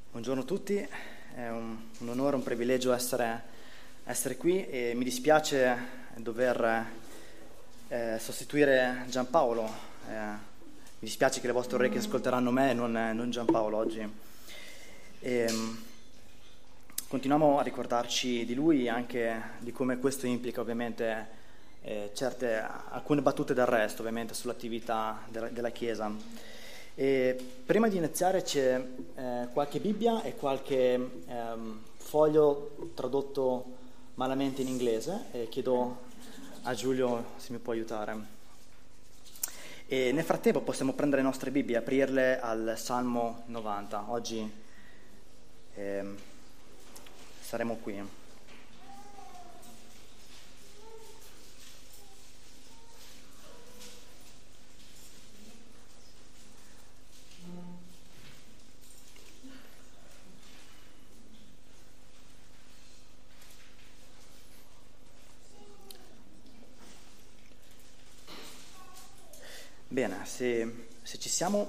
Buongiorno a tutti, è un onore, un privilegio essere qui e mi dispiace dover sostituire Giampaolo. Mi dispiace che le vostre orecchie ascolteranno me e non Giampaolo oggi. Continuiamo a ricordarci di lui e anche di come questo implica ovviamente alcune battute d'arresto ovviamente sull'attività della Chiesa. E prima di iniziare c'è qualche Bibbia e qualche foglio tradotto malamente in inglese e chiedo a Giulio se mi può aiutare. E nel frattempo possiamo prendere le nostre Bibbie e aprirle al Salmo 90. Oggi saremo qui. Bene, se ci siamo,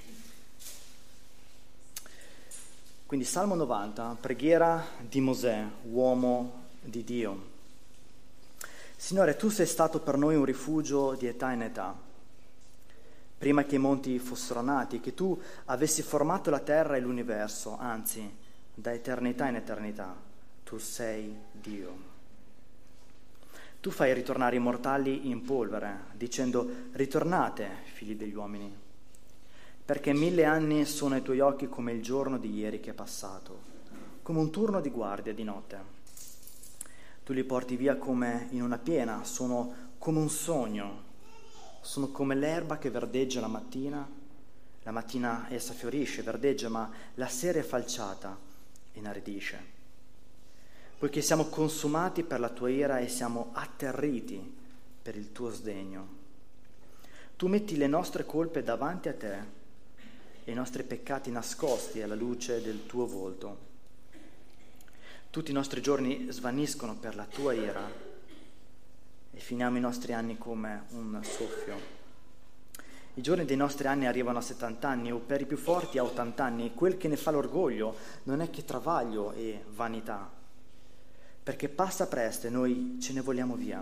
quindi Salmo 90, preghiera di Mosè, uomo di Dio. Signore, tu sei stato per noi un rifugio di età in età, prima che i monti fossero nati, che tu avessi formato la terra e l'universo, anzi, da eternità in eternità, tu sei Dio. Tu fai ritornare i mortali in polvere, dicendo: ritornate, figli degli uomini, perché 1000 anni sono ai tuoi occhi come il giorno di ieri che è passato, come un turno di guardia di notte. Tu li porti via come in una piena, sono come un sogno, sono come l'erba che verdeggia la mattina essa fiorisce, verdeggia, ma la sera è falciata e inaridisce. Poiché siamo consumati per la tua ira e siamo atterriti per il tuo sdegno. Tu metti le nostre colpe davanti a te e i nostri peccati nascosti alla luce del tuo volto. Tutti i nostri giorni svaniscono per la tua ira e finiamo i nostri anni come un soffio. I giorni dei nostri anni arrivano a 70 anni o per i più forti a 80 anni e quel che ne fa l'orgoglio non è che travaglio e vanità. Perché passa presto e noi ce ne vogliamo via.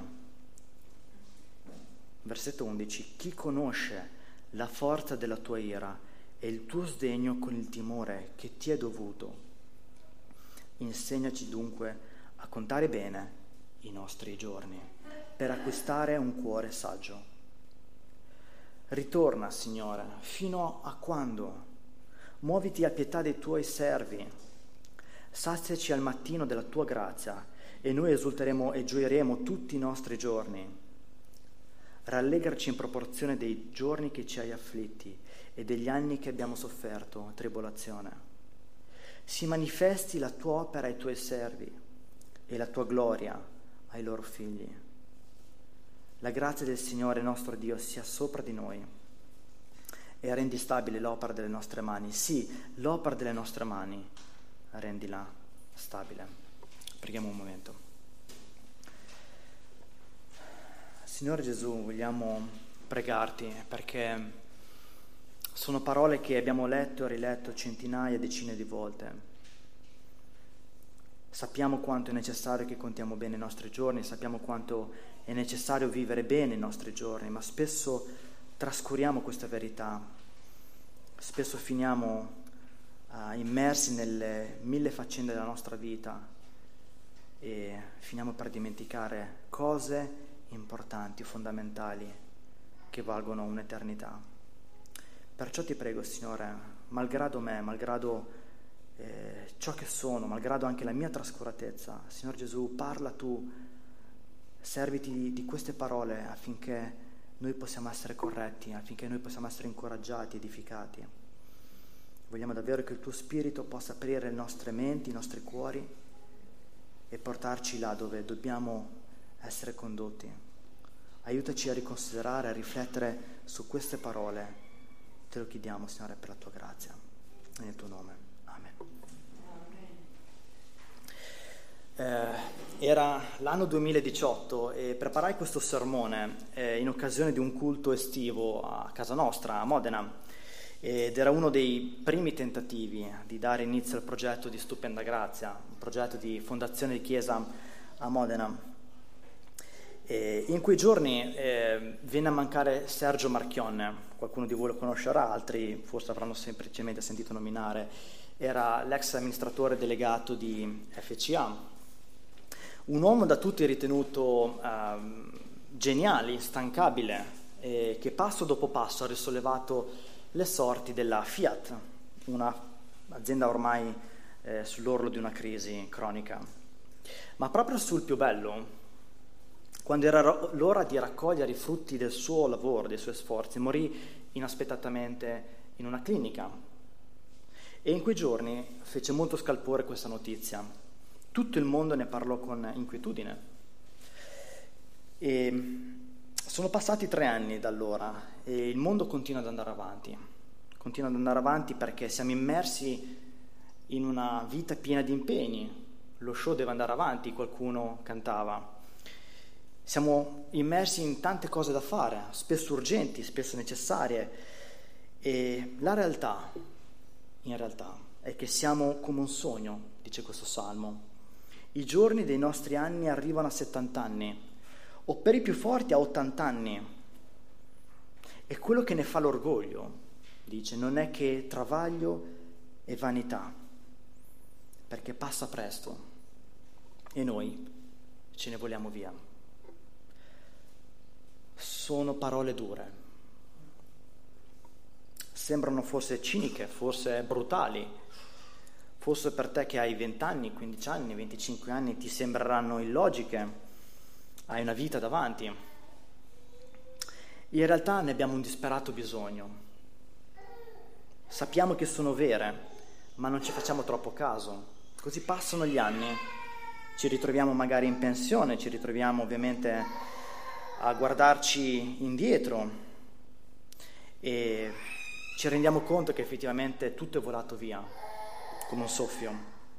Versetto 11. Chi conosce la forza della tua ira e il tuo sdegno con il timore che ti è dovuto? Insegnaci dunque a contare bene i nostri giorni, per acquistare un cuore saggio. Ritorna, Signore, fino a quando? Muoviti a pietà dei tuoi servi. Saziaci al mattino della tua grazia, e noi esulteremo e gioiremo tutti i nostri giorni. Rallegraci in proporzione dei giorni che ci hai afflitti e degli anni che abbiamo sofferto tribolazione. Si manifesti la tua opera ai tuoi servi e la tua gloria ai loro figli. La grazia del Signore nostro Dio sia sopra di noi e rendi stabile l'opera delle nostre mani. Sì, l'opera delle nostre mani, rendila stabile. Preghiamo un momento. Signore Gesù, vogliamo pregarti perché sono parole che abbiamo letto e riletto centinaia, decine di volte. Sappiamo quanto è necessario che contiamo bene i nostri giorni, sappiamo quanto è necessario vivere bene i nostri giorni, ma spesso trascuriamo questa verità, spesso finiamo immersi nelle 1000 faccende della nostra vita e finiamo per dimenticare cose importanti, fondamentali, che valgono un'eternità. Perciò ti prego, Signore, malgrado me, malgrado ciò che sono, malgrado anche la mia trascuratezza, Signor Gesù, parla tu, serviti di queste parole affinché noi possiamo essere corretti, affinché noi possiamo essere incoraggiati, edificati. Vogliamo davvero che il tuo Spirito possa aprire le nostre menti, i nostri cuori e portarci là dove dobbiamo essere condotti. Aiutaci a riconsiderare, a riflettere su queste parole. Te lo chiediamo, Signore, per la tua grazia. Nel tuo nome. Amen. Era l'anno 2018 e preparai questo sermone in occasione di un culto estivo a casa nostra, a Modena. ed era uno dei primi tentativi di dare inizio al progetto di Stupenda Grazia, un progetto di fondazione di chiesa a Modena. In quei giorni venne a mancare Sergio Marchionne, qualcuno di voi lo conoscerà, altri forse avranno semplicemente sentito nominare, era l'ex amministratore delegato di FCA, un uomo da tutti ritenuto geniale, instancabile, che passo dopo passo ha risollevato le sorti della Fiat, un'azienda ormai sull'orlo di una crisi cronica. Ma proprio sul più bello, quando era l'ora di raccogliere i frutti del suo lavoro, dei suoi sforzi, morì inaspettatamente in una clinica. E in quei giorni fece molto scalpore questa notizia. Tutto il mondo ne parlò con inquietudine. E sono passati 3 anni da allora e il mondo continua ad andare avanti. Continua ad andare avanti perché siamo immersi in una vita piena di impegni. Lo show deve andare avanti, qualcuno cantava. Siamo immersi in tante cose da fare, spesso urgenti, spesso necessarie, e la realtà, in realtà, è che siamo come un sogno, dice questo salmo. I giorni dei nostri anni arrivano a 70 anni, o per i più forti a 80 anni. E quello che ne fa l'orgoglio, dice, non è che travaglio e vanità, perché passa presto e noi ce ne vogliamo via. Sono parole dure, sembrano forse ciniche, forse brutali, forse per te che hai 20 anni, 15 anni, 25 anni ti sembreranno illogiche, hai una vita davanti. In realtà ne abbiamo un disperato bisogno. Sappiamo che sono vere, ma non ci facciamo troppo caso. Così passano gli anni, ci ritroviamo magari in pensione, ci ritroviamo ovviamente a guardarci indietro e ci rendiamo conto che effettivamente tutto è volato via, come un soffio.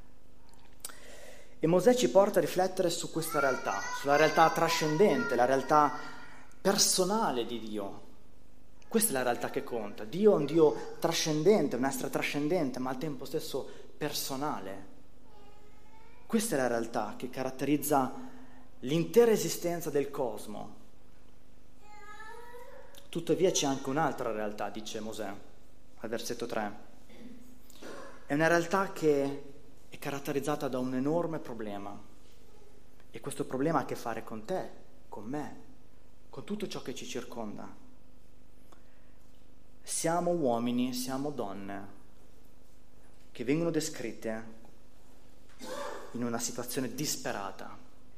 E Mosè ci porta a riflettere su questa realtà, sulla realtà trascendente, la realtà personale di Dio. Questa è la realtà che conta. Dio è un Dio trascendente, un essere trascendente, ma al tempo stesso personale. Questa è la realtà che caratterizza l'intera esistenza del cosmo. Tuttavia c'è anche un'altra realtà, dice Mosè, al versetto 3. È una realtà che è caratterizzata da un enorme problema. E questo problema ha a che fare con te, con me, con tutto ciò che ci circonda. Siamo uomini, siamo donne che vengono descritte in una situazione disperata.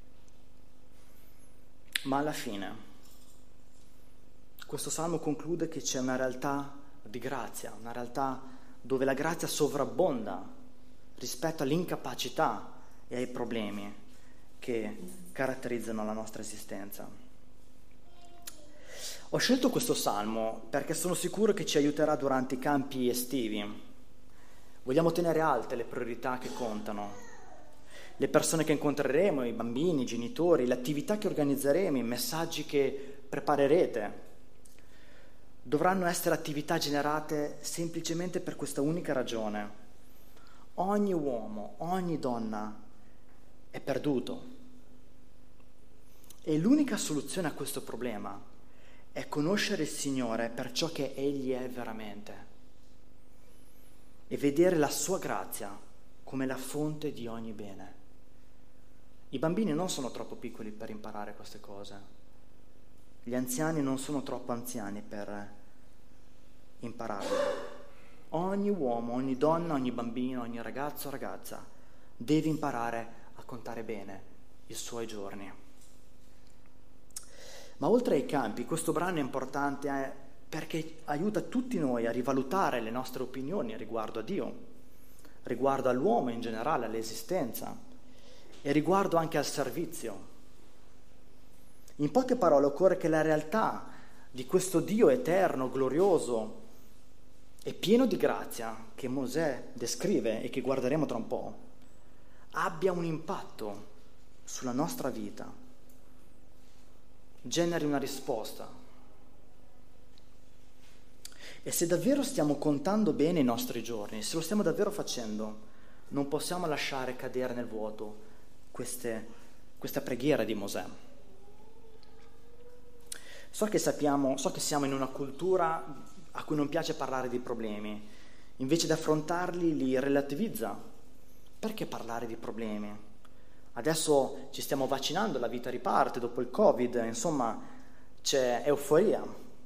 Ma alla fine questo salmo conclude che c'è una realtà di grazia, una realtà dove la grazia sovrabbonda rispetto all'incapacità e ai problemi che caratterizzano la nostra esistenza. Ho scelto questo salmo perché sono sicuro che ci aiuterà durante i campi estivi. Vogliamo tenere alte le priorità che contano, le persone che incontreremo, i bambini, i genitori, le attività che organizzeremo, i messaggi che preparerete. Dovranno essere attività generate semplicemente per questa unica ragione. Ogni uomo, ogni donna è perduto. E l'unica soluzione a questo problema è conoscere il Signore per ciò che Egli è veramente e vedere la sua grazia come la fonte di ogni bene. I bambini non sono troppo piccoli per imparare queste cose. Gli anziani non sono troppo anziani per impararlo. Ogni uomo, ogni donna, ogni bambino, ogni ragazzo o ragazza deve imparare a contare bene i suoi giorni. Ma oltre ai campi, questo brano è importante perché aiuta tutti noi a rivalutare le nostre opinioni riguardo a Dio, riguardo all'uomo in generale, all'esistenza e riguardo anche al servizio. In poche parole, occorre che la realtà di questo Dio eterno, glorioso e pieno di grazia che Mosè descrive e che guarderemo tra un po', abbia un impatto sulla nostra vita, generi una risposta. E se davvero stiamo contando bene i nostri giorni, se lo stiamo davvero facendo, non possiamo lasciare cadere nel vuoto questa preghiera di Mosè. So che siamo in una cultura a cui non piace parlare di problemi, invece di affrontarli li relativizza. Perché parlare di problemi? Adesso ci stiamo vaccinando, la vita riparte dopo il Covid, insomma c'è euforia.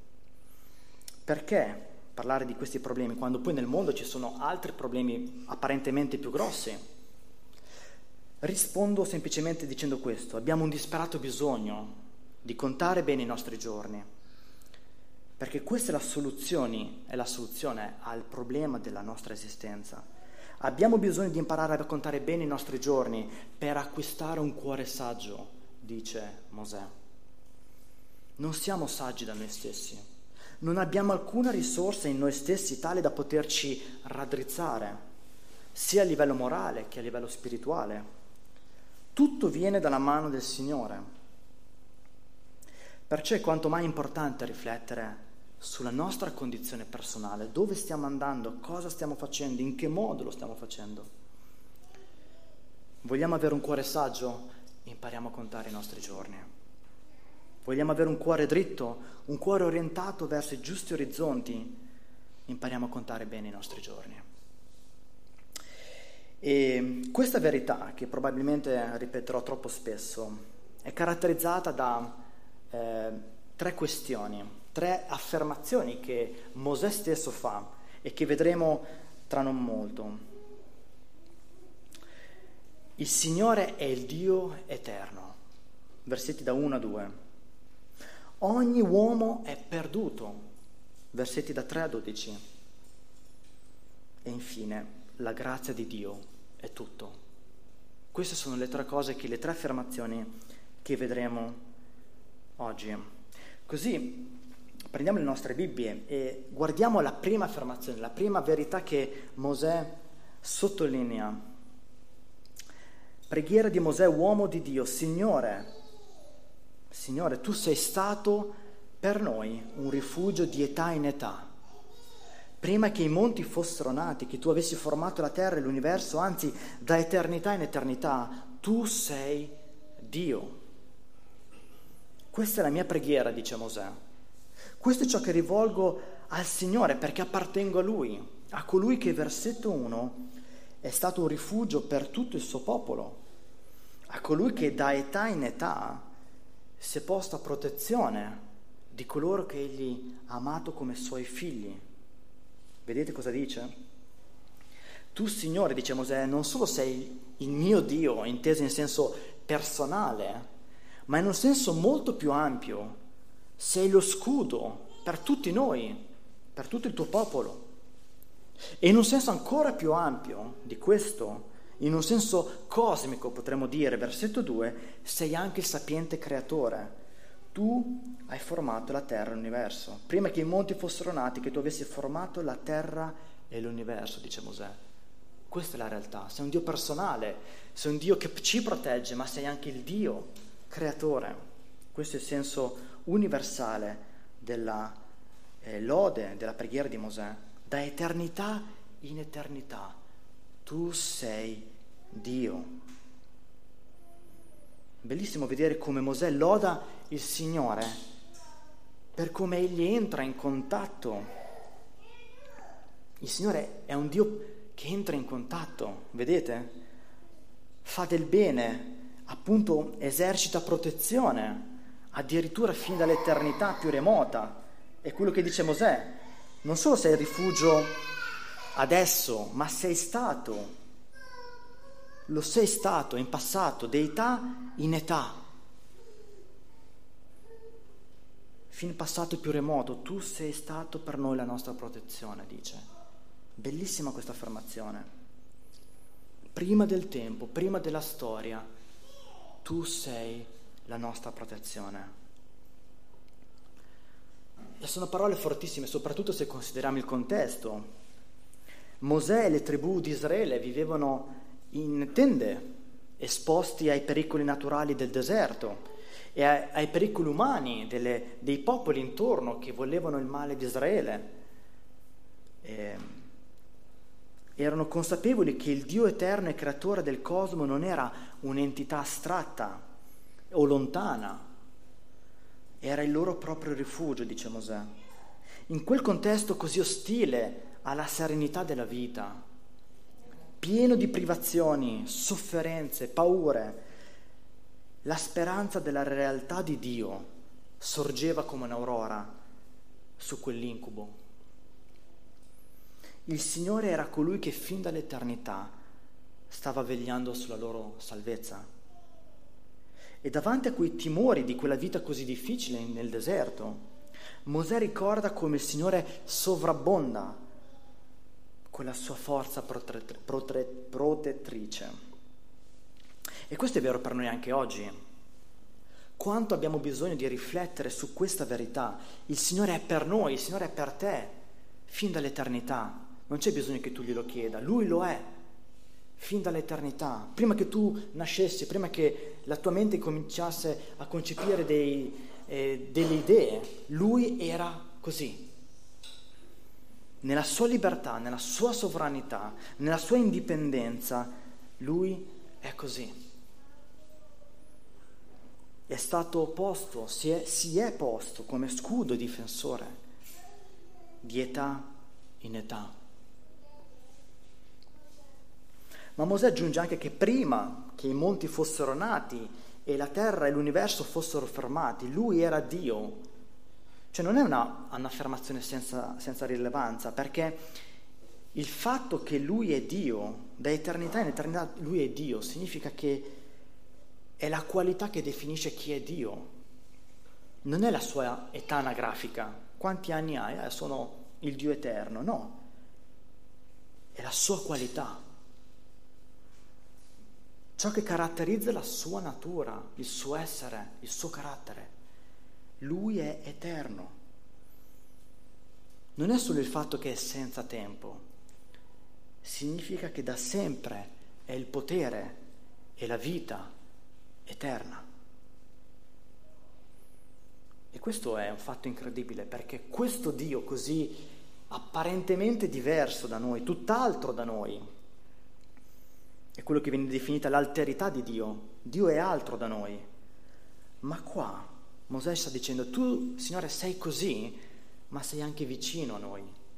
Perché parlare di questi problemi quando poi nel mondo ci sono altri problemi apparentemente più grossi? Rispondo semplicemente dicendo questo: abbiamo un disperato bisogno di contare bene i nostri giorni, perché questa è la soluzione al problema della nostra esistenza. Abbiamo bisogno di imparare a contare bene i nostri giorni per acquistare un cuore saggio, dice Mosè. Non siamo saggi da noi stessi, non abbiamo alcuna risorsa in noi stessi tale da poterci raddrizzare, sia a livello morale che a livello spirituale. Tutto viene dalla mano del Signore. Perciò è quanto mai importante riflettere sulla nostra condizione personale, dove stiamo andando, cosa stiamo facendo, in che modo lo stiamo facendo. Vogliamo avere un cuore saggio? Impariamo a contare i nostri giorni. Vogliamo avere un cuore dritto, un cuore orientato verso i giusti orizzonti? Impariamo a contare bene i nostri giorni. E questa verità, che probabilmente ripeterò troppo spesso, è caratterizzata da tre questioni, tre affermazioni che Mosè stesso fa e che vedremo tra non molto. Il Signore è il Dio eterno, versetti da 1 a 2. Ogni uomo è perduto, versetti da 3 a 12. E infine, la grazia di Dio è tutto. Queste sono le tre affermazioni che vedremo oggi. Così prendiamo le nostre Bibbie e guardiamo la prima affermazione, la prima verità che Mosè sottolinea. Preghiera di Mosè, uomo di Dio: Signore, tu sei stato per noi un rifugio di età in età. Prima che i monti fossero nati, che tu avessi formato la terra e l'universo, anzi da eternità in eternità, tu sei Dio. Questa è la mia preghiera, dice Mosè. Questo è ciò che rivolgo al Signore, perché appartengo a Lui, a colui che, versetto 1, è stato un rifugio per tutto il suo popolo, a colui che da età in età si è posto a protezione di coloro che Egli ha amato come Suoi figli. Vedete cosa dice? Tu, Signore, dice Mosè, non solo sei il mio Dio, inteso in senso personale, ma in un senso molto più ampio, sei lo scudo per tutti noi, per tutto il tuo popolo. E in un senso ancora più ampio di questo, in un senso cosmico potremmo dire, versetto 2, sei anche il sapiente creatore. Tu hai formato la terra e l'universo. Prima che i monti fossero nati, che tu avessi formato la terra e l'universo, dice Mosè. Questa è la realtà. Sei un Dio personale, sei un Dio che ci protegge, ma sei anche il Dio creatore. Questo è il senso universale della lode, della preghiera di Mosè. Da eternità in eternità tu sei Dio. Bellissimo vedere come Mosè loda il Signore per come egli entra in contatto. Il Signore è un Dio che entra in contatto, vedete? Fa del bene, appunto esercita protezione, addirittura fin dall'eternità più remota. È quello che dice Mosè: non solo sei il rifugio adesso, ma sei stato, lo sei stato in passato, di età in età, fin passato più remoto, tu sei stato per noi la nostra protezione, dice. Bellissima questa affermazione. Prima del tempo, prima della storia, tu sei la nostra protezione. E sono parole fortissime, soprattutto se consideriamo il contesto. Mosè e le tribù di Israele vivevano in tende, esposti ai pericoli naturali del deserto e ai pericoli umani dei popoli intorno che volevano il male di Israele. erano consapevoli che il Dio eterno e creatore del cosmo non era un'entità astratta o lontana, era il loro proprio rifugio, dice Mosè. In quel contesto così ostile alla serenità della vita, pieno di privazioni, sofferenze, paure, la speranza della realtà di Dio sorgeva come un'aurora su quell'incubo. Il Signore era colui che fin dall'eternità stava vegliando sulla loro salvezza. E davanti a quei timori di quella vita così difficile nel deserto, Mosè ricorda come il Signore sovrabbonda con la sua forza protettrice. E questo è vero per noi anche oggi. Quanto abbiamo bisogno di riflettere su questa verità. Il Signore è per noi, il Signore è per te, fin dall'eternità. Non c'è bisogno che tu glielo chieda, Lui lo è, fin dall'eternità. Prima che tu nascessi, prima che la tua mente cominciasse a concepire delle idee, Lui era così. Nella sua libertà, nella sua sovranità, nella sua indipendenza, Lui è così. È stato posto, si è posto come scudo difensore di età in età. Ma Mosè aggiunge anche che prima che i monti fossero nati e la terra e l'universo fossero formati, Lui era Dio. Cioè non è un'affermazione senza rilevanza, perché il fatto che Lui è Dio, da eternità in eternità Lui è Dio, significa che è la qualità che definisce chi è Dio. Non è la sua età anagrafica. Quanti anni hai? Sono il Dio eterno. No. È la sua qualità. Ciò che caratterizza la sua natura, il suo essere, il suo carattere. Lui è eterno. Non è solo il fatto che è senza tempo. Significa che da sempre è il potere e la vita eterna. E questo è un fatto incredibile, perché questo Dio così apparentemente diverso da noi, tutt'altro da noi, è quello che viene definita l'alterità di Dio. Dio è altro da noi. Ma qua Mosè sta dicendo: tu, Signore, sei così, ma sei anche vicino a noi.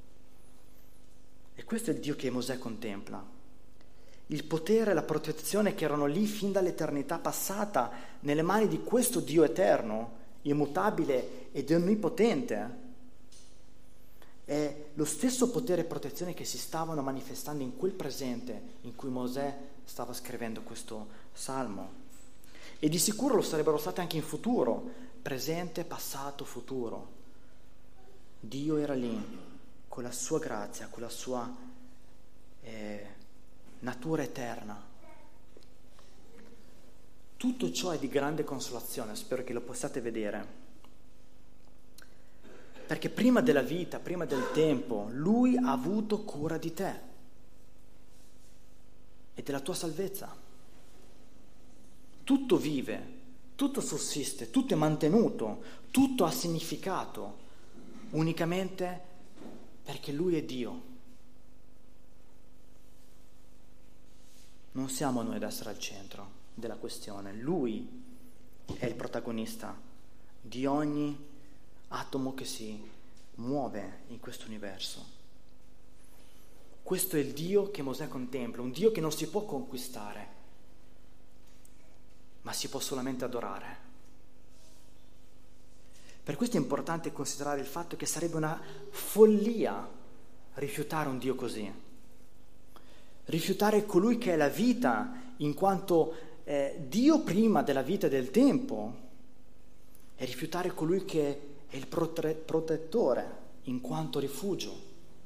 E questo è il Dio che Mosè contempla. Il potere e la protezione che erano lì fin dall'eternità passata nelle mani di questo Dio eterno, immutabile ed onnipotente, è lo stesso potere e protezione che si stavano manifestando in quel presente in cui Mosè stava scrivendo questo salmo. E di sicuro lo sarebbero state anche in futuro, presente, passato, futuro. Dio era lì con la sua grazia, con la sua natura eterna. Tutto ciò è di grande consolazione, spero che lo possiate vedere. Perché prima della vita, prima del tempo, Lui ha avuto cura di te e della tua salvezza. Tutto vive, tutto sussiste, tutto è mantenuto, tutto ha significato, unicamente perché Lui è Dio. Non siamo noi ad essere al centro della questione, Lui è il protagonista di ogni atomo che si muove in questo universo. Questo è il Dio che Mosè contempla, un Dio che non si può conquistare, ma si può solamente adorare. Per questo è importante considerare il fatto che sarebbe una follia rifiutare un Dio così. Rifiutare colui che è la vita, in quanto Dio prima della vita e del tempo, e rifiutare colui che è il protettore, in quanto rifugio.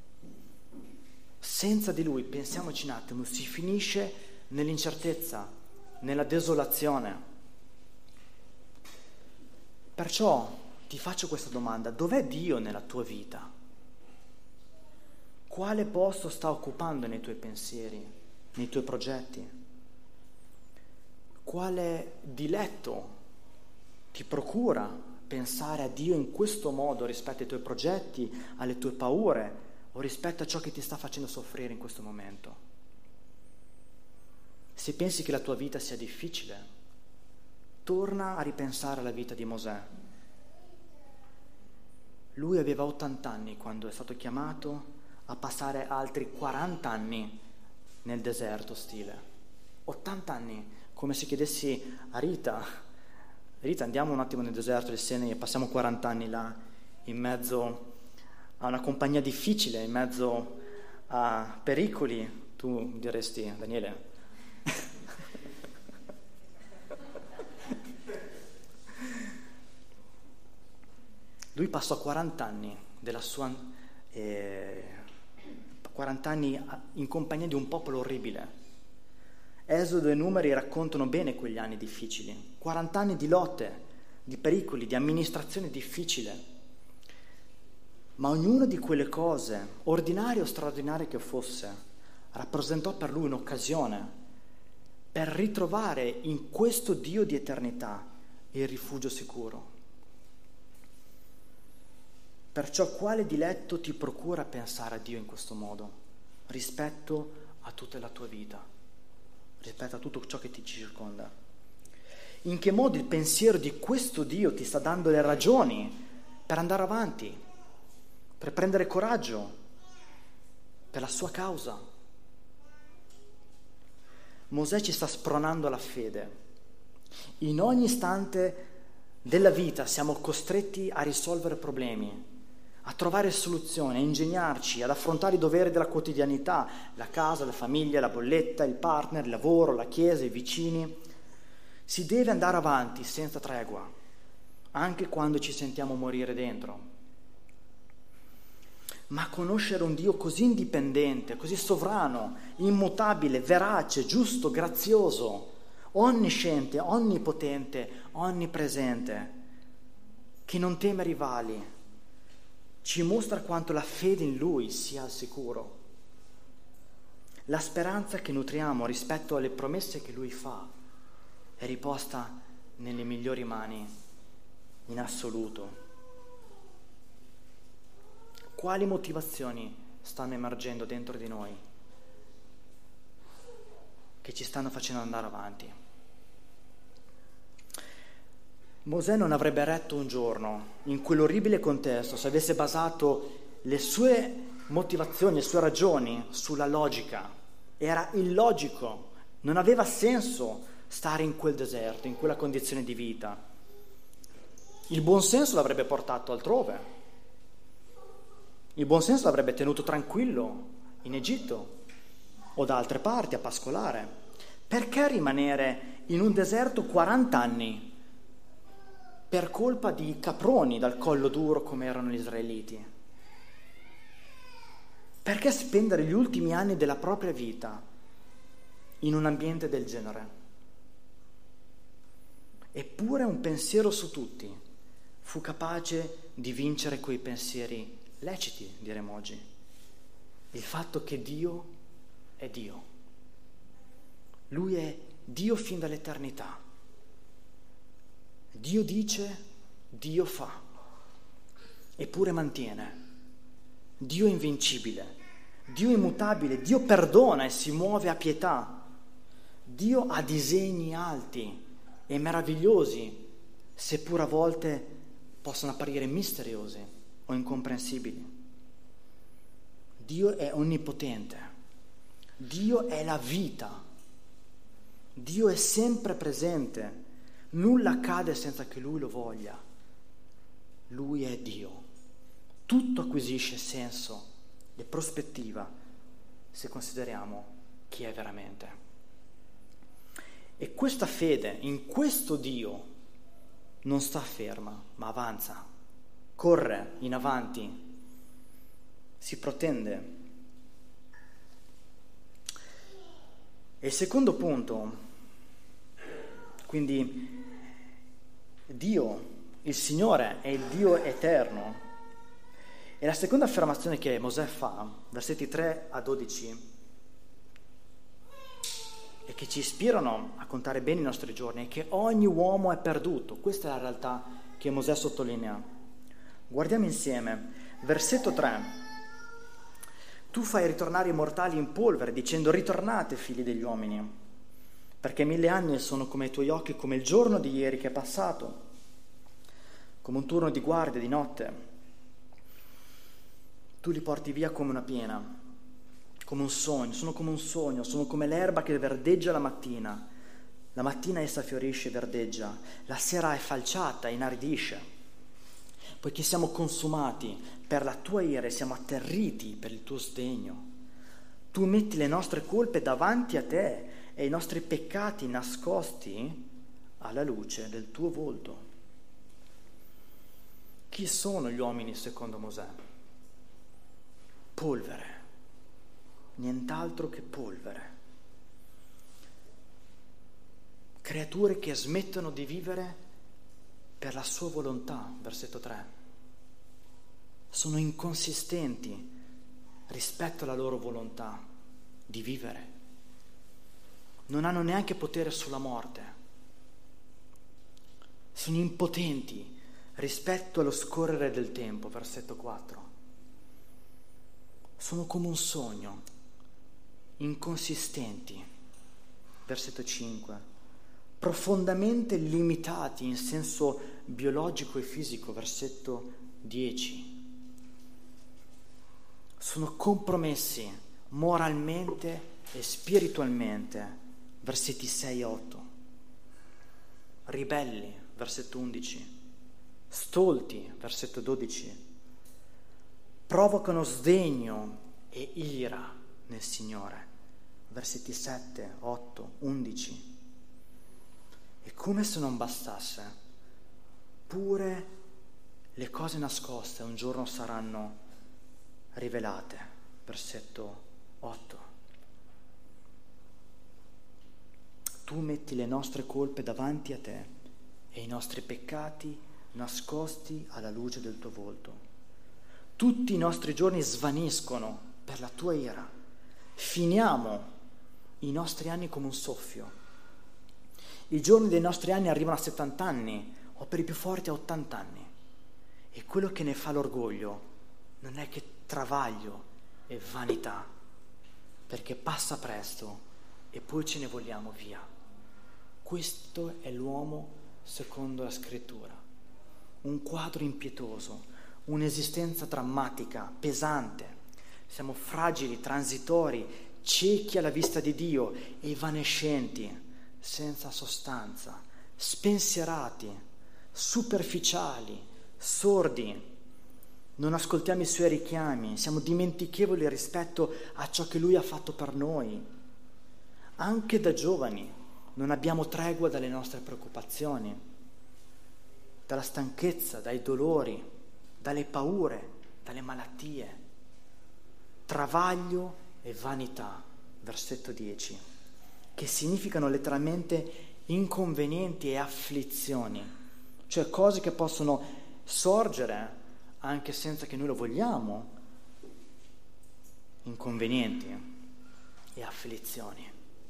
Senza di Lui, pensiamoci un attimo, si finisce nell'incertezza, nella desolazione. Perciò ti faccio questa domanda: dov'è Dio nella tua vita? Quale posto sta occupando nei tuoi pensieri, nei tuoi progetti? Quale diletto ti procura pensare a Dio in questo modo rispetto ai tuoi progetti, alle tue paure o rispetto a ciò che ti sta facendo soffrire in questo momento. Se pensi che la tua vita sia difficile, torna a ripensare alla vita di Mosè. Lui aveva 80 anni quando è stato chiamato a passare altri 40 anni nel deserto ostile. 80 anni, come se chiedessi a Rita, andiamo un attimo nel deserto del Sinai e passiamo 40 anni là, in mezzo a una compagnia difficile, in mezzo a pericoli. Tu diresti, Daniele, lui passò 40 anni della sua 40 anni in compagnia di un popolo orribile. Esodo e Numeri raccontano bene quegli anni difficili, 40 anni di lotte, di pericoli, di amministrazione difficile. Ma ognuna di quelle cose, ordinarie o straordinarie che fosse, rappresentò per lui un'occasione per ritrovare in questo Dio di eternità il rifugio sicuro. Perciò quale diletto ti procura pensare a Dio in questo modo, rispetto a tutta la tua vita, rispetto a tutto ciò che ti circonda? In che modo il pensiero di questo Dio ti sta dando le ragioni per andare avanti, per prendere coraggio per la sua causa? Mosè ci sta spronando alla fede. In ogni istante della vita siamo costretti a risolvere problemi, a trovare soluzioni, a ingegnarci, ad affrontare i doveri della quotidianità, la casa, la famiglia, la bolletta, il partner, il lavoro, la chiesa, i vicini. Si deve andare avanti senza tregua, anche quando ci sentiamo morire dentro. Ma conoscere un Dio così indipendente, così sovrano, immutabile, verace, giusto, grazioso, onnisciente, onnipotente, onnipresente, che non teme rivali, ci mostra quanto la fede in Lui sia al sicuro. La speranza che nutriamo rispetto alle promesse che Lui fa è riposta nelle migliori mani in assoluto. Quali motivazioni stanno emergendo dentro di noi che ci stanno facendo andare avanti? Mosè non avrebbe retto un giorno in quell'orribile contesto se avesse basato le sue motivazioni, le sue ragioni sulla logica. Era illogico, non aveva senso stare in quel deserto, in quella condizione di vita. Il buonsenso l'avrebbe portato altrove. Il buonsenso l'avrebbe tenuto tranquillo in Egitto o da altre parti a pascolare. Perché rimanere in un deserto 40 anni per colpa di caproni dal collo duro come erano gli israeliti? Perché spendere gli ultimi anni della propria vita in un ambiente del genere? Eppure un pensiero su tutti fu capace di vincere quei pensieri leciti, diremo oggi. Il fatto che Dio è Dio. Lui è Dio fin dall'eternità. Dio dice, Dio fa, eppure mantiene. Dio è invincibile, Dio è immutabile, Dio perdona e si muove a pietà. Dio ha disegni alti e meravigliosi, seppur a volte possono apparire misteriosi o incomprensibili. Dio è onnipotente, Dio è la vita, Dio è sempre presente, nulla accade senza che Lui lo voglia. Lui è Dio. Tutto acquisisce senso e prospettiva se consideriamo chi è veramente. E questa fede in questo Dio non sta ferma, ma avanza, corre in avanti, si protende. E il secondo punto, quindi Dio, il Signore, è il Dio eterno. E la seconda affermazione che Mosè fa, versetti 3 a 12, e che ci ispirano a contare bene i nostri giorni, è che ogni uomo è perduto. Questa è la realtà che Mosè sottolinea. Guardiamo insieme. Versetto 3. Tu fai ritornare i mortali in polvere, dicendo: ritornate, figli degli uomini, perché 1000 anni sono come i tuoi occhi, come il giorno di ieri che è passato, come un turno di guardia di notte. Tu li porti via come una piena, come un sogno, sono come l'erba che verdeggia la mattina. La mattina essa fiorisce e verdeggia, la sera è falciata e inaridisce. Poiché siamo consumati per la tua ira e siamo atterriti per il tuo sdegno. Tu metti le nostre colpe davanti a te e i nostri peccati nascosti alla luce del tuo volto. Chi sono gli uomini secondo Mosè? Polvere, nient'altro che polvere. Creature che smettono di vivere per la sua volontà, versetto 3. Sono inconsistenti rispetto alla loro volontà di vivere. Non hanno neanche potere sulla morte. Sono impotenti rispetto allo scorrere del tempo, versetto 4. Sono come un sogno, inconsistenti, versetto 5. Profondamente limitati in senso biologico e fisico, versetto 10. Sono compromessi moralmente e spiritualmente, versetti 6 e 8. Ribelli, versetto 11. Stolti, versetto 12. Provocano sdegno e ira nel Signore, versetti 7, 8, 11. E come se non bastasse, pure le cose nascoste un giorno saranno rivelate, versetto 8. Tu metti le nostre colpe davanti a te e i nostri peccati nascosti alla luce del tuo volto. Tutti i nostri giorni svaniscono per la tua ira. Finiamo i nostri anni come un soffio. I giorni dei nostri anni arrivano a 70 anni o per i più forti a 80 anni. E quello che ne fa l'orgoglio non è che travaglio e vanità, perché passa presto e poi ce ne vogliamo via. Questo è l'uomo secondo la scrittura. Un quadro impietoso, un'esistenza drammatica, pesante. Siamo fragili, transitori, ciechi alla vista di Dio, evanescenti, senza sostanza, spensierati, superficiali, sordi. Non ascoltiamo i suoi richiami, siamo dimentichevoli rispetto a ciò che Lui ha fatto per noi. Anche da giovani non abbiamo tregua dalle nostre preoccupazioni, dalla stanchezza, dai dolori, dalle paure, dalle malattie. Travaglio e vanità, versetto 10, che significano letteralmente inconvenienti e afflizioni, cioè cose che possono sorgere anche senza che noi lo vogliamo, inconvenienti e afflizioni.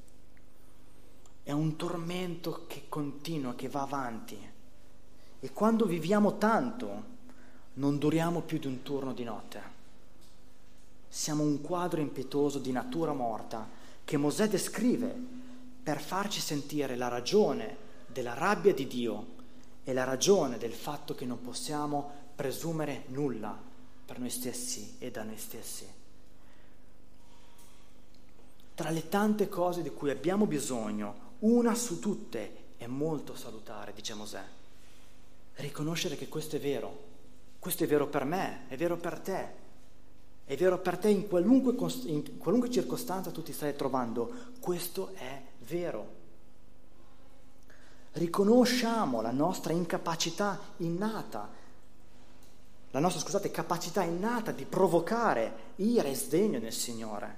È un tormento che continua, che va avanti, e quando viviamo tanto non duriamo più di un turno di notte. Siamo un quadro impietoso di natura morta che Mosè descrive per farci sentire la ragione della rabbia di Dio e la ragione del fatto che non possiamo presumere nulla per noi stessi e da noi stessi. Tra le tante cose di cui abbiamo bisogno, una su tutte è molto salutare, dice Mosè. Riconoscere che questo è vero per me, è vero per te, è vero per te in qualunque circostanza tu ti stai trovando, questo è vero. Riconosciamo la nostra incapacità innata, capacità innata di provocare ira e sdegno nel Signore.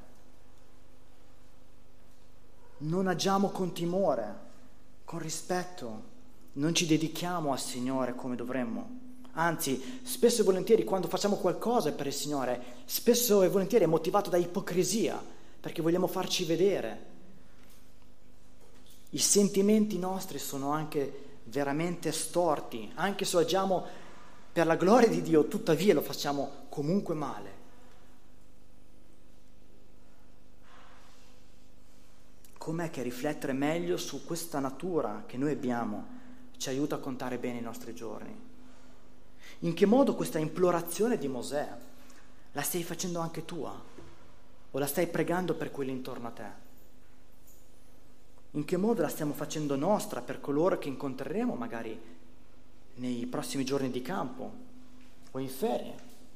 Non agiamo con timore, con rispetto, non ci dedichiamo al Signore come dovremmo. Anzi, spesso e volentieri quando facciamo qualcosa per il Signore, spesso e volentieri è motivato da ipocrisia, perché vogliamo farci vedere. I sentimenti nostri sono anche veramente storti, anche se agiamo per la gloria di Dio, tuttavia lo facciamo comunque male. com'è che riflettere meglio su questa natura che noi abbiamo ci aiuta a contare bene i nostri giorni? In che modo questa implorazione di Mosè la stai facendo anche tua? O la stai pregando per quelli intorno a te? In che modo la stiamo facendo nostra per coloro che incontreremo magari nei prossimi giorni di campo o in ferie?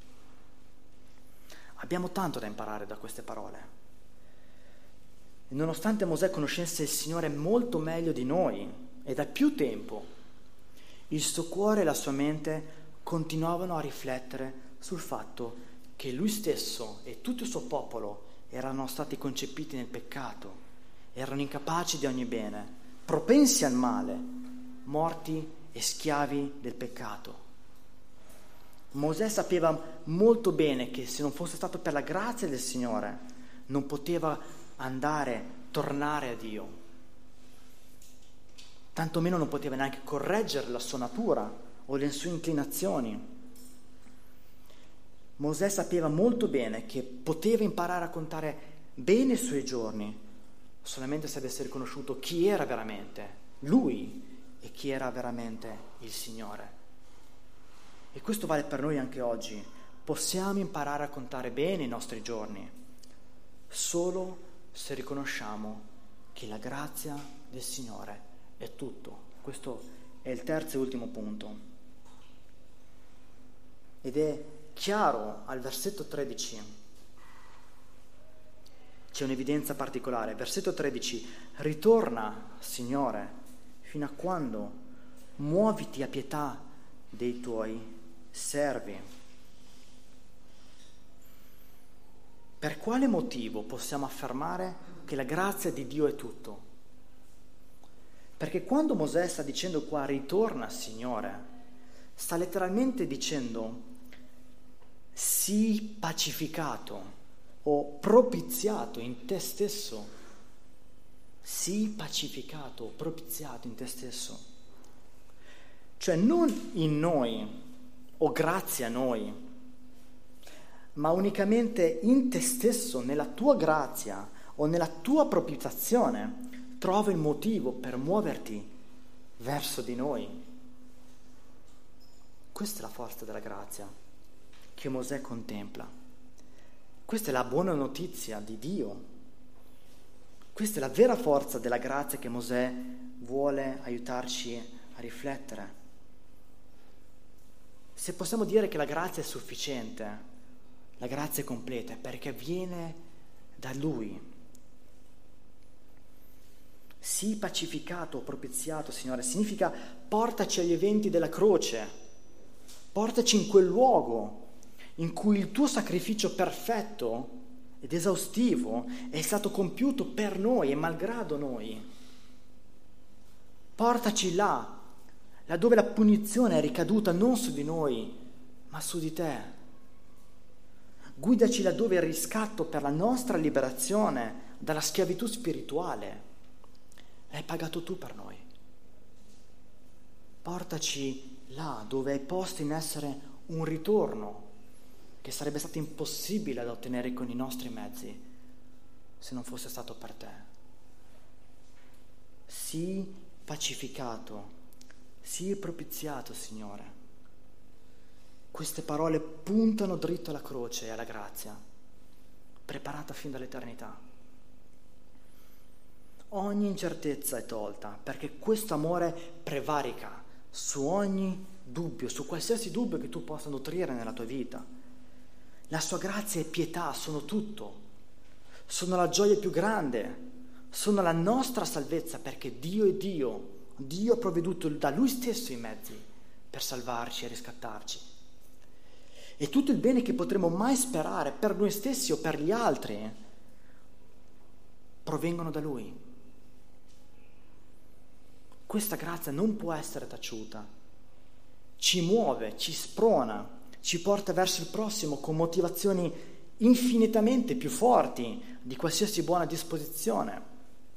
Abbiamo tanto da imparare da queste parole. E nonostante Mosè conoscesse il Signore molto meglio di noi e da più tempo, il suo cuore e la sua mente continuavano a riflettere sul fatto che lui stesso e tutto il suo popolo erano stati concepiti nel peccato, erano incapaci di ogni bene, propensi al male, morti e schiavi del peccato. Mosè sapeva molto bene che se non fosse stato per la grazia del Signore non poteva tornare a Dio. Tantomeno non poteva neanche correggere la sua natura o le sue inclinazioni. Mosè sapeva molto bene che poteva imparare a contare bene i suoi giorni solamente se avesse riconosciuto chi era veramente lui e chi era veramente il Signore. E questo vale per noi anche oggi. Possiamo imparare a contare bene i nostri giorni solo se riconosciamo che la grazia del Signore è tutto. Questo è il terzo e ultimo punto. Ed è chiaro al versetto 13. C'è un'evidenza particolare. Versetto 13. Ritorna, Signore, fino a quando? Muoviti a pietà dei tuoi servi. Per quale motivo possiamo affermare che la grazia di Dio è tutto? Perché quando Mosè sta dicendo qua ritorna Signore, sta letteralmente dicendo sii pacificato o propiziato in te stesso. Sii pacificato o propiziato in te stesso. Cioè non in noi o grazie a noi, ma unicamente in te stesso, nella tua grazia o nella tua propiziazione, trova il motivo per muoverti verso di noi. Questa è la forza della grazia che Mosè contempla. Questa è la buona notizia di Dio. Questa è la vera forza della grazia che Mosè vuole aiutarci a riflettere. Se possiamo dire che la grazia è sufficiente, la grazia è completa, è perché viene da Lui. Sii pacificato o propiziato, Signore, significa portaci agli eventi della croce, portaci in quel luogo in cui il tuo sacrificio perfetto ed esaustivo è stato compiuto per noi e malgrado noi. Portaci là dove la punizione è ricaduta non su di noi, ma su di te. Guidaci laddove il riscatto per la nostra liberazione dalla schiavitù spirituale l'hai pagato tu per noi. Portaci là dove hai posto in essere un ritorno che sarebbe stato impossibile da ottenere con i nostri mezzi se non fosse stato per te. Sii pacificato, sii propiziato, Signore. Queste parole puntano dritto alla croce e alla grazia, preparata fin dall'eternità. Ogni incertezza è tolta, perché questo amore prevarica su ogni dubbio, su qualsiasi dubbio che tu possa nutrire nella tua vita. La sua grazia e pietà sono tutto, sono la gioia più grande, sono la nostra salvezza, perché Dio è Dio. Dio ha provveduto da Lui stesso i mezzi per salvarci e riscattarci. E tutto il bene che potremo mai sperare per noi stessi o per gli altri provengono da Lui. Questa grazia non può essere taciuta, ci muove, ci sprona, ci porta verso il prossimo con motivazioni infinitamente più forti di qualsiasi buona disposizione.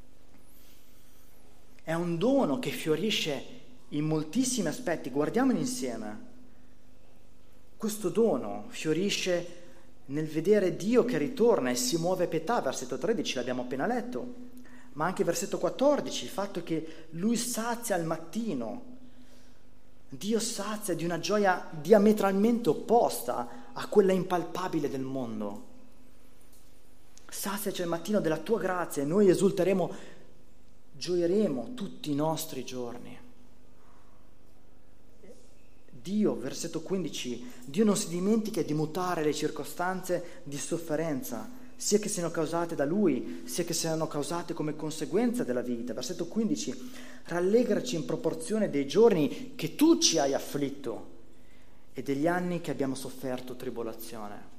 È un dono che fiorisce in moltissimi aspetti. Guardiamoli insieme. Questo dono fiorisce nel vedere Dio che ritorna e si muove a pietà, versetto 13, l'abbiamo appena letto, ma anche versetto 14, il fatto che lui sazia al mattino. Dio sazia di una gioia diametralmente opposta a quella impalpabile del mondo. Saziaci al mattino della tua grazia e noi esulteremo, gioieremo tutti i nostri giorni. Dio, versetto 15, Dio non si dimentica di mutare le circostanze di sofferenza, sia che siano causate da Lui, sia che siano causate come conseguenza della vita. Versetto 15, rallegraci in proporzione dei giorni che tu ci hai afflitto e degli anni che abbiamo sofferto tribolazione.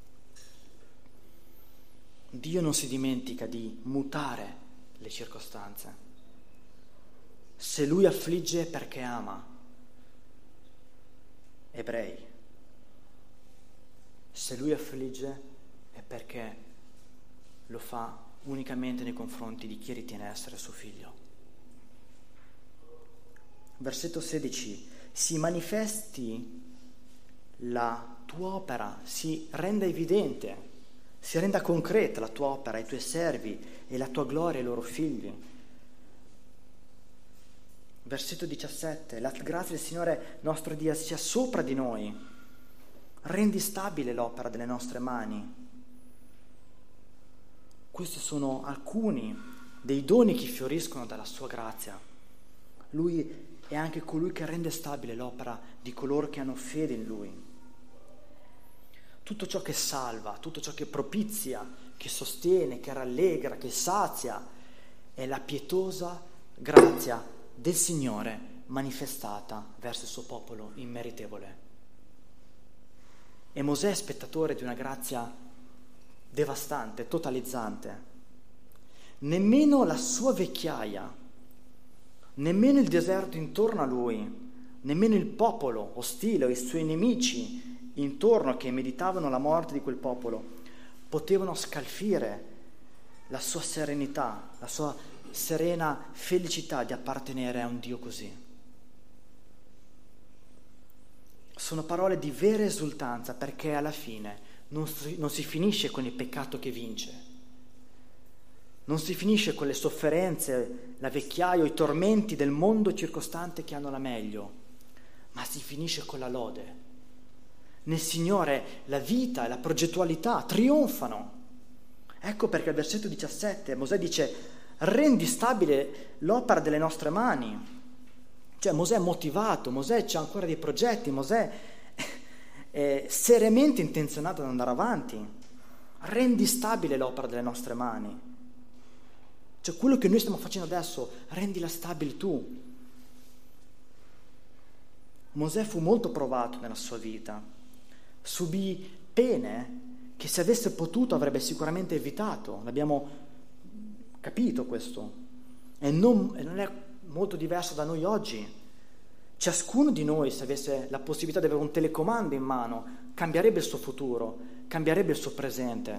Dio non si dimentica di mutare le circostanze. Se Lui affligge è perché ama. Ebrei. Se Lui affligge è perché lo fa unicamente nei confronti di chi ritiene essere suo figlio. Versetto 16. Si manifesti la tua opera, si renda evidente, si renda concreta la tua opera ai tuoi servi e la tua gloria ai loro figli. Versetto 17. La grazia del Signore nostro Dio sia sopra di noi. Rendi stabile l'opera delle nostre mani. Questi sono alcuni dei doni che fioriscono dalla sua grazia. Lui è anche colui che rende stabile l'opera di coloro che hanno fede in Lui. Tutto ciò che salva, tutto ciò che propizia, che sostiene, che rallegra, che sazia, è la pietosa grazia del Signore manifestata verso il suo popolo immeritevole. E Mosè è spettatore di una grazia devastante, totalizzante. Nemmeno la sua vecchiaia, nemmeno il deserto intorno a lui, nemmeno il popolo ostile o i suoi nemici intorno che meditavano la morte di quel popolo potevano scalfire la sua serenità, la sua serena felicità di appartenere a un Dio così. Sono parole di vera esultanza, perché alla fine non si finisce con il peccato che vince, non si finisce con le sofferenze, la vecchiaia o i tormenti del mondo circostante che hanno la meglio, ma si finisce con la lode. Nel Signore la vita e la progettualità trionfano. Ecco perché al versetto 17 Mosè dice: rendi stabile l'opera delle nostre mani. Cioè Mosè è motivato, Mosè c'ha ancora dei progetti, Mosè è seriamente intenzionato ad andare avanti. Rendi stabile l'opera delle nostre mani. Cioè quello che noi stiamo facendo adesso, rendila stabile tu. Mosè fu molto provato nella sua vita, subì pene che se avesse potuto avrebbe sicuramente evitato, l'abbiamo capito questo, e non è molto diverso da noi oggi. Ciascuno di noi, se avesse la possibilità di avere un telecomando in mano, cambierebbe il suo futuro, cambierebbe il suo presente,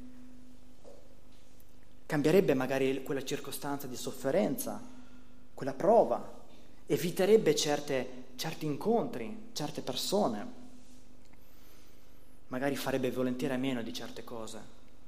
cambierebbe magari quella circostanza di sofferenza, quella prova, eviterebbe certi incontri, certe persone, magari farebbe volentieri a meno di certe cose.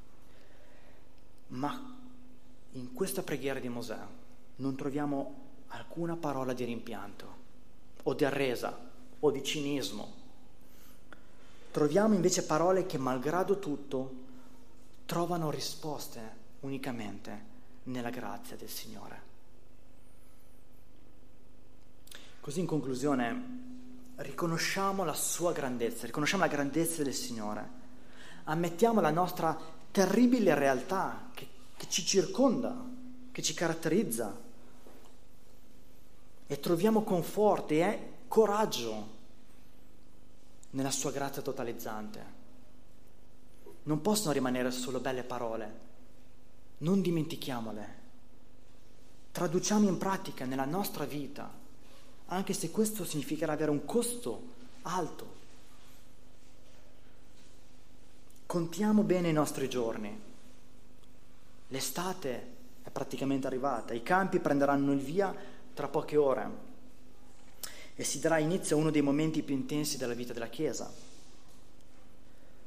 Ma in questa preghiera di Mosè non troviamo alcuna parola di rimpianto o di arresa o di cinismo. Troviamo invece parole che, malgrado tutto, trovano risposte unicamente nella grazia del Signore. Così, in conclusione, riconosciamo la sua grandezza, riconosciamo la grandezza del Signore, ammettiamo la nostra terribile realtà che ci circonda, che ci caratterizza, e troviamo conforto e coraggio nella sua grazia totalizzante. Non possono rimanere solo belle parole, non dimentichiamole, traduciamo in pratica nella nostra vita, anche se questo significherà avere un costo alto. Contiamo bene i nostri giorni. L'estate è praticamente arrivata, i campi prenderanno il via tra poche ore e si darà inizio a uno dei momenti più intensi della vita della Chiesa.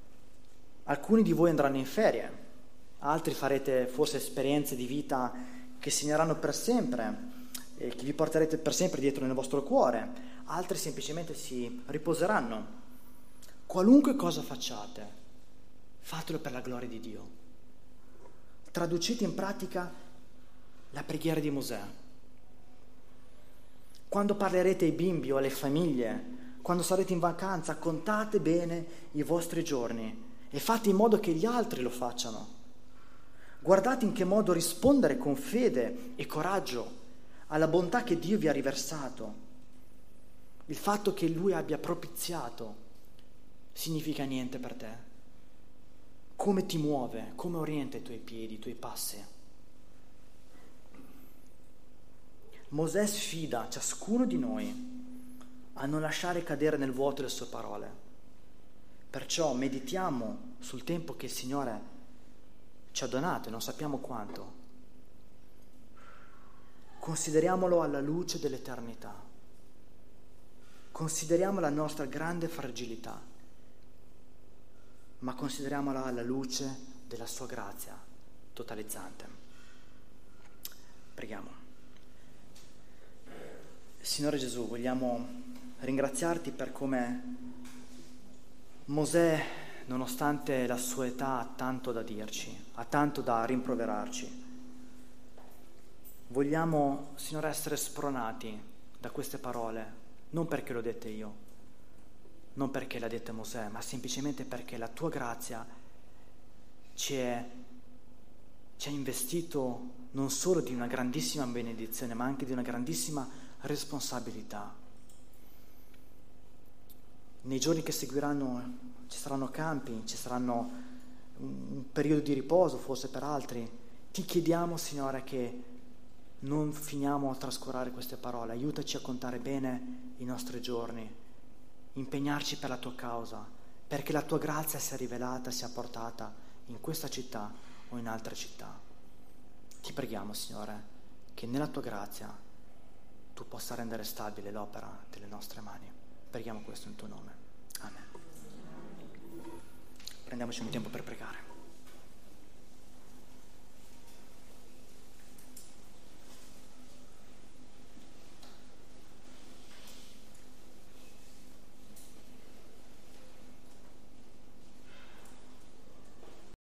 Alcuni di voi andranno in ferie, altri farete forse esperienze di vita che segneranno per sempre e che vi porterete per sempre dietro nel vostro cuore, altri semplicemente si riposeranno. Qualunque cosa facciate, fatelo per la gloria di Dio. Traducete in pratica la preghiera di Mosè. Quando parlerete ai bimbi o alle famiglie, quando sarete in vacanza, contate bene i vostri giorni e fate in modo che gli altri lo facciano. Guardate in che modo rispondere con fede e coraggio alla bontà che Dio vi ha riversato. Il fatto che Lui abbia propiziato significa niente per te. Come ti muove, come orienta i tuoi piedi, i tuoi passi. Mosè sfida ciascuno di noi a non lasciare cadere nel vuoto le sue parole. Perciò meditiamo sul tempo che il Signore ci ha donato e non sappiamo quanto. Consideriamolo alla luce dell'eternità. Consideriamo la nostra grande fragilità, ma consideriamola alla luce della sua grazia totalizzante. Preghiamo. Signore Gesù, vogliamo ringraziarti per come Mosè, nonostante la sua età, ha tanto da dirci, ha tanto da rimproverarci. Vogliamo, Signore, essere spronati da queste parole, non perché l'ho dette io, non perché l'ha detta Mosè, ma semplicemente perché la tua grazia ci ha investito non solo di una grandissima benedizione, ma anche di una grandissima responsabilità. Nei giorni che seguiranno ci saranno campi, ci saranno un periodo di riposo forse per altri. Ti chiediamo, Signore, che non finiamo a trascurare queste parole. Aiutaci a contare bene i nostri giorni, impegnarci per la tua causa, perché la tua grazia sia rivelata, sia portata in questa città o in altre città. Ti preghiamo, Signore, che nella tua grazia tu possa rendere stabile l'opera delle nostre mani. Preghiamo questo in tuo nome. Amen. Prendiamoci un tempo per pregare.